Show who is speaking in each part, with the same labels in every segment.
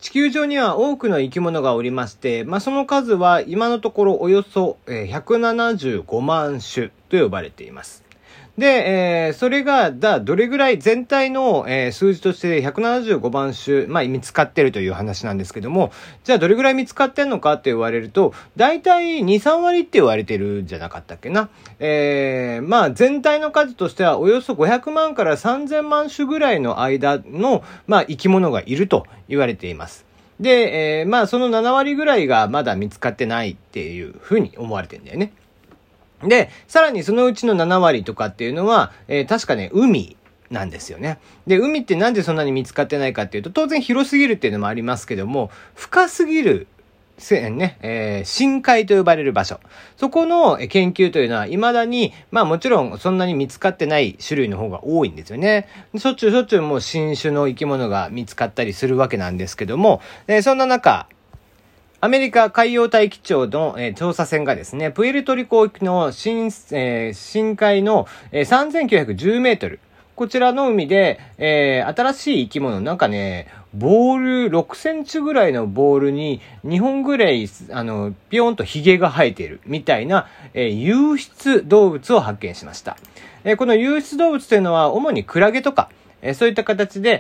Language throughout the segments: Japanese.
Speaker 1: 地球上には多くの生き物がおりまして、その数は今のところおよそ175万種と呼ばれています。で、それがどれぐらい全体の、数字として175万種、見つかってるという話なんですけども、じゃあどれぐらい見つかってんのかって言われると、だいたい2、3割って言われてるんじゃなかったっけな。全体の数としてはおよそ500万から3000万種ぐらいの間の、生き物がいると言われています。で、その7割ぐらいがまだ見つかってないっていうふうに思われてるんだよね。で、さらにそのうちの7割とかっていうのは、確かね、海なんですよね。で、海ってなんでそんなに見つかってないかっていうと、当然広すぎるっていうのもありますけども、深すぎる、深海と呼ばれる場所。そこの研究というのは未だに、もちろんそんなに見つかってない種類の方が多いんですよね。しょっちゅうもう新種の生き物が見つかったりするわけなんですけども、そんな中、アメリカ海洋大気庁の、調査船がですね、プエルトリコ沖の深海の、3910メートル。こちらの海で、新しい生き物、ボール6センチぐらいのボールに2本ぐらい、ピヨンとヒゲが生えているみたいな、有質動物を発見しました。この有質動物というのは主にクラゲとか、そういった形で、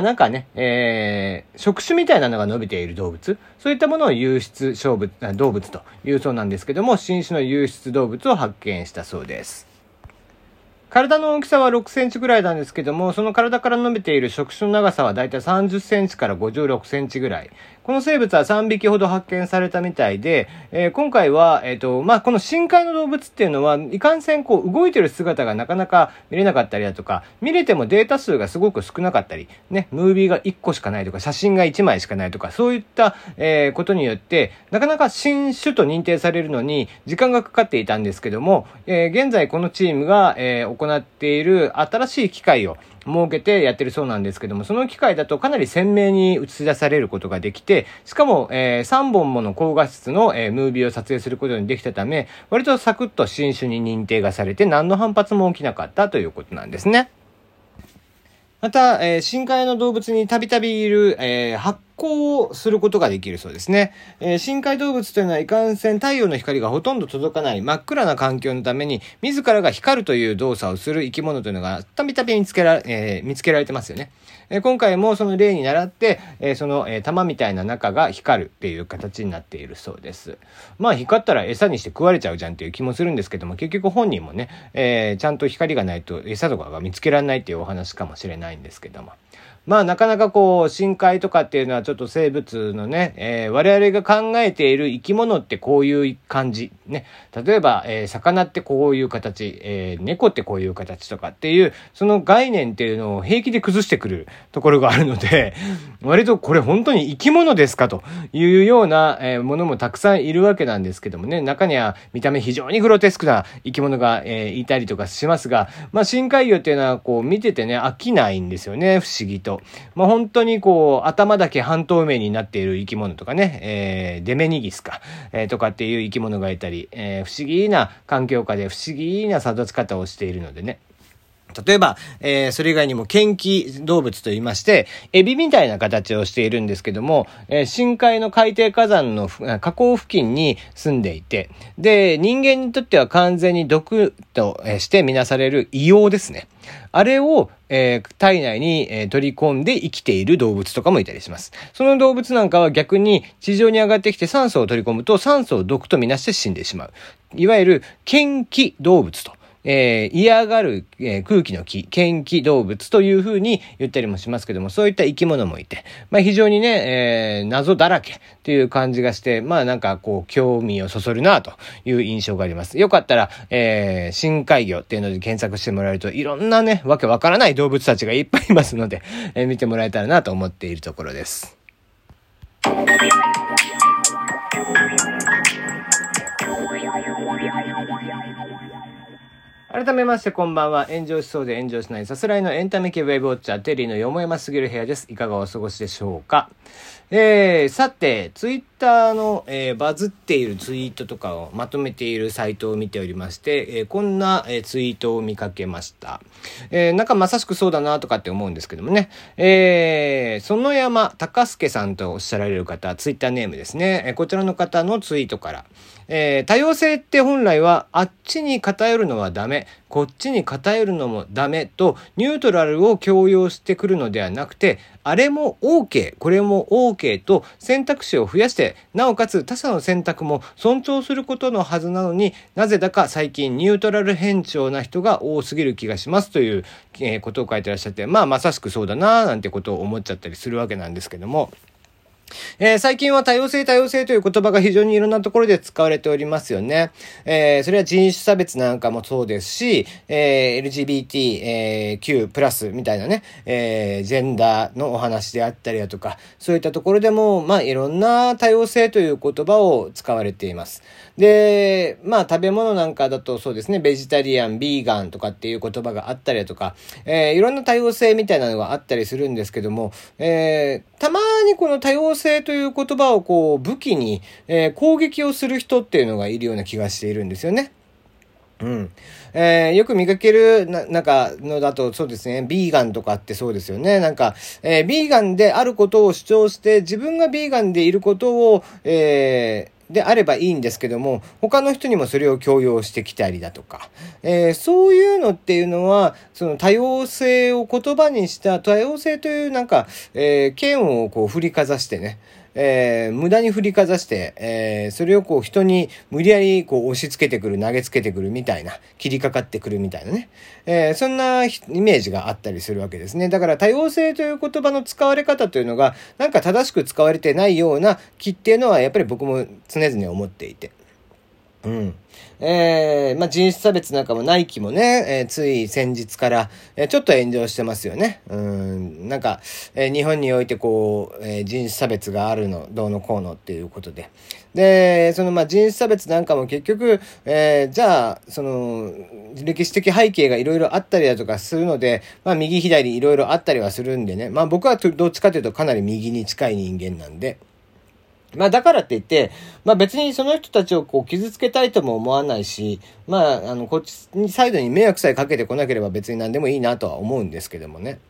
Speaker 1: 触手みたいなのが伸びている動物、そういったものを有質動物というそうなんですけども、新種の有質動物を発見したそうです。体の大きさは6センチぐらいなんですけども、その体から伸びている触手の長さはだいたい30センチから56センチぐらい。この生物は3匹ほど発見されたみたいで、今回は、この深海の動物っていうのは、いかんせん動いてる姿がなかなか見れなかったりだとか、見れてもデータ数がすごく少なかったり、ね、ムービーが1個しかないとか、写真が1枚しかないとか、そういった、ことによって、なかなか新種と認定されるのに時間がかかっていたんですけども、現在このチームが、行っている新しい機械を設けてやってるそうなんですけども、その機械だとかなり鮮明に映し出されることができて、しかも、3本もの高画質の、ムービーを撮影することにできたため、割とサクッと新種に認定がされて何の反発も起きなかったということなんですね。また、深海の動物にたびたびいる、発光をすることができるそうですね。深海動物というのはいかんせん太陽の光がほとんど届かない真っ暗な環境のために自らが光るという動作をする生き物というのがたびたび見つけられてますよね。今回もその例に倣って、その、玉みたいな中が光るっていう形になっているそうです。光ったら餌にして食われちゃうじゃんっていう気もするんですけども、結局本人もね、ちゃんと光がないと餌とかが見つけられないっていうお話かもしれないんですけども。なかなか深海とかっていうのはちょっと生物のね、我々が考えている生き物ってこういう感じ。ね。例えば、魚ってこういう形、猫ってこういう形とかっていう、その概念っていうのを平気で崩してくるところがあるので、割とこれ本当に生き物ですかというような、ものもたくさんいるわけなんですけどもね、中には見た目非常にグロテスクな生き物が、いたりとかしますが、深海魚っていうのは見ててね、飽きないんですよね、不思議と。本当に頭だけ半透明になっている生き物とかね、デメニギスか、とかっていう生き物がいたり、不思議な環境下で不思議な育ち方をしているのでね。例えば、それ以外にも剣気動物と言いまして、エビみたいな形をしているんですけども、深海の海底火山の河口付近に住んでいて、で、人間にとっては完全に毒としてみなされる硫黄ですね。あれを、体内に、取り込んで生きている動物とかもいたりします。その動物なんかは逆に地上に上がってきて酸素を取り込むと酸素を毒とみなして死んでしまう。いわゆる剣気動物と。嫌がる、空気の気、剣気動物というふうに言ったりもしますけども、そういった生き物もいて、非常にね、謎だらけっていう感じがして、興味をそそるなという印象があります。よかったら、深海魚っていうので検索してもらえると、いろんなね、わけわからない動物たちがいっぱいいますので、見てもらえたらなと思っているところです。改めましてこんばんは。炎上しそうで炎上しないさすらいのエンタメ系ウェブウォッチャーテリーのよもやますぎる部屋です。いかがお過ごしでしょうか。さてツイッターの、バズっているツイートとかをまとめているサイトを見ておりまして、こんな、ツイートを見かけました。なんかまさしくそうだなとかって思うんですけどもね。園山隆介さんとおっしゃられる方、ツイッターネームですね。こちらの方のツイートから、多様性って本来はあっちに偏るのはダメ、こっちに偏るのもダメとニュートラルを強要してくるのではなくて、あれも OK、これも OK と選択肢を増やして、なおかつ他者の選択も尊重することのはずなのに、なぜだか最近ニュートラル偏重な人が多すぎる気がしますという、ことを書いてらっしゃって、まさしくそうだななんてことを思っちゃったりするわけなんですけども、最近は多様性という言葉が非常にいろんなところで使われておりますよね。それは人種差別なんかもそうですし、LGBTQ+みたいなね、ジェンダーのお話であったりだとか、そういったところでも、いろんな多様性という言葉を使われています。で、食べ物なんかだとそうですね、ベジタリアン、ビーガンとかっていう言葉があったりだとか、いろんな多様性みたいなのがあったりするんですけども、たまにこの多様性という言葉を武器に、攻撃をする人っていうのがいるような気がしているんですよね。よく見かけるなんかのだとそうですね、ビーガンとかってそうですよね。なんか、ビーガンであることを主張して自分がビーガンでいることを、であればいいんですけども、他の人にもそれを強要してきたりだとか、そういうのっていうのは、その多様性を言葉にした多様性というなんか、剣を振りかざしてね、無駄に振りかざして、それを人に無理やり押し付けてくる、投げつけてくるみたいな、切りかかってくるみたいなね、そんなイメージがあったりするわけですね。だから多様性という言葉の使われ方というのがなんか正しく使われてないような気っていうのはやっぱり僕も常々思っていて。人種差別なんかもナイキもね、つい先日から、ちょっと炎上してますよね。なんか、日本において人種差別があるの、どうのこうのっていうことで。で、その人種差別なんかも結局、じゃあ、その、歴史的背景がいろいろあったりだとかするので、右左いろいろあったりはするんでね。僕はどっちかというとかなり右に近い人間なんで。だからって言って、別にその人たちを傷つけたいとも思わないし、こっちにサイドに迷惑さえかけてこなければ別に何でもいいなとは思うんですけどもね。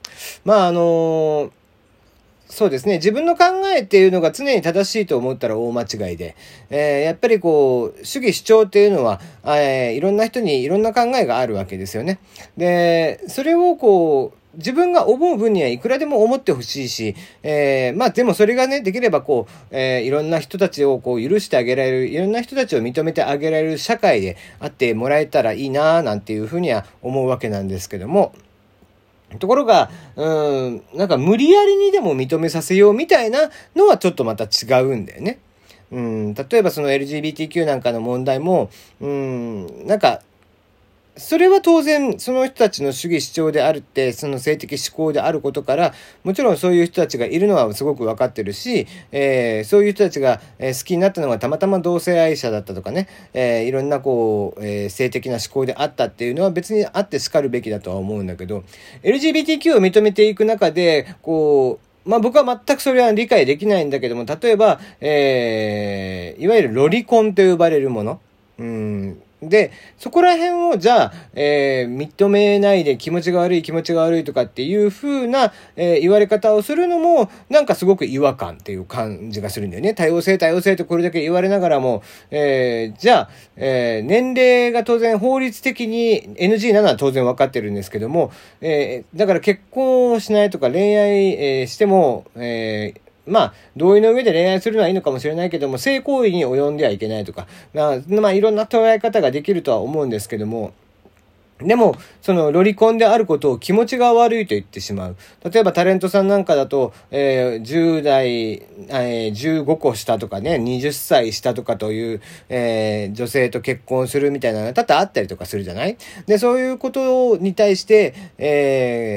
Speaker 1: そうですね。自分の考えっていうのが常に正しいと思ったら大間違いで、やっぱり主義主張っていうのは、いろんな人にいろんな考えがあるわけですよね。で、それを自分が思う分にはいくらでも思ってほしいし、でもそれがね、できればいろんな人たちを許してあげられる、いろんな人たちを認めてあげられる社会であってもらえたらいいななんていうふうには思うわけなんですけども、ところが、なんか無理やりにでも認めさせようみたいなのはちょっとまた違うんだよね。例えばその LGBTQ なんかの問題も、なんか、それは当然その人たちの主義主張であるって、その性的指向であることから、もちろんそういう人たちがいるのはすごく分かってるし、そういう人たちが好きになったのがたまたま同性愛者だったとかね、いろんな性的な思考であったっていうのは別にあってしかるべきだとは思うんだけど、LGBTQ を認めていく中で、僕は全くそれは理解できないんだけども、例えば、いわゆるロリコンと呼ばれるもの。で、そこら辺をじゃあ、認めないで気持ちが悪いとかっていう風な、言われ方をするのも、なんかすごく違和感っていう感じがするんだよね。多様性ってこれだけ言われながらも、じゃあ、年齢が当然法律的に NG なのは当然分かってるんですけども、だから結婚をしないとか恋愛、しても、同意の上で恋愛するのはいいのかもしれないけども、性行為に及んではいけないとか、いろんな捉え方ができるとは思うんですけども、でも、そのロリコンであることを気持ちが悪いと言ってしまう。例えばタレントさんなんかだと、10代、15個下とかね、20歳下とかという、女性と結婚するみたいなのが多々あったりとかするじゃない？で、そういうことに対して、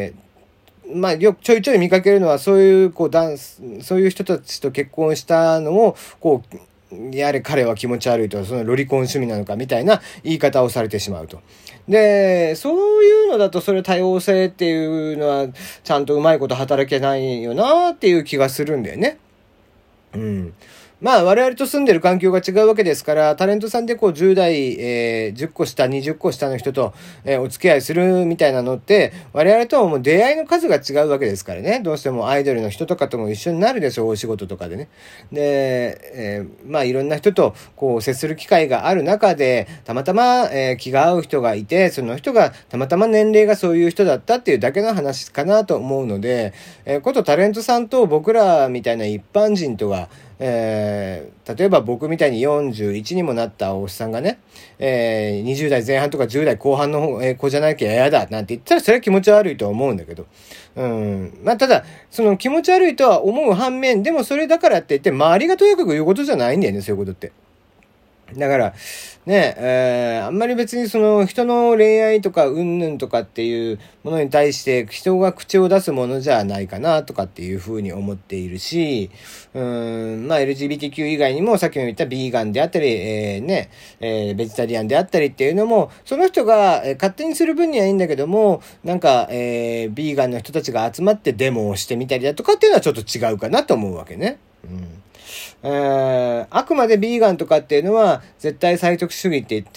Speaker 1: ちょいちょい見かけるのは、そういう人たちと結婚したのを、やれ彼は気持ち悪いと、そのロリコン趣味なのかみたいな言い方をされてしまうと。で、そういうのだとそれ多様性っていうのはちゃんとうまいこと働けないよなっていう気がするんだよね。 まあ我々と住んでる環境が違うわけですから、タレントさんでこう10代、10個下、20個下の人と、お付き合いするみたいなのって、我々とはもう出会いの数が違うわけですからね。どうしてもアイドルの人とかとも一緒になるでしょう、お仕事とかでね。で、まあいろんな人とこう接する機会がある中で、たまたま、気が合う人がいて、その人がたまたま年齢がそういう人だったっていうだけの話かなと思うので、ことタレントさんと僕らみたいな一般人とが、例えば僕みたいに41にもなったおっさんがね、20代前半とか10代後半の子じゃなきゃ嫌だなんて言ったらそれは気持ち悪いとは思うんだけど、まあただその気持ち悪いとは思う反面、でもそれだからって言って周りがとにかく言うことじゃないんだよね、そういうことって。だからね、あんまり別にその人の恋愛とか云々とかっていうものに対して人が口を出すものじゃないかなとかっていうふうに思っているし、まあ LGBTQ 以外にもさっきも言ったビーガンであったり、ベジタリアンであったりっていうのも、その人が勝手にする分にはいいんだけども、なんか、ビーガンの人たちが集まってデモをしてみたりだとかっていうのはちょっと違うかなと思うわけね。あくまでビーガンとかっていうのは絶対菜食主義って言って、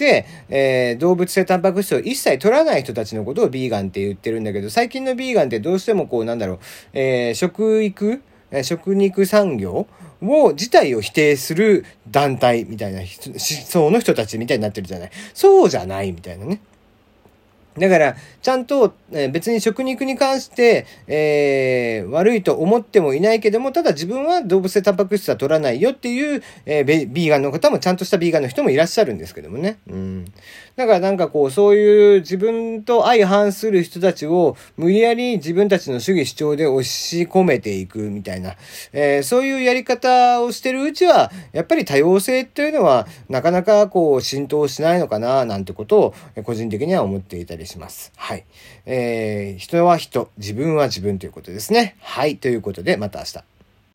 Speaker 1: 動物性タンパク質を一切取らない人たちのことをビーガンって言ってるんだけど、最近のビーガンってどうしてもこう食肉産業自体を否定する団体みたいな思想の人たちみたいになってるじゃない。そうじゃないみたいなね。だから、ちゃんと、別に食肉に関して、悪いと思ってもいないけども、ただ自分は動物性タンパク質は取らないよっていう、ビーガンの方もちゃんとしたビーガンの人もいらっしゃるんですけどもね。だからなんかこう、そういう自分と相反する人たちを無理やり自分たちの主義主張で押し込めていくみたいな、そういうやり方をしてるうちは、やっぱり多様性っていうのはなかなかこう浸透しないのかななんてことを個人的には思っていたりします。はい。人は人、自分は自分ということですね。はい。ということで、また明日。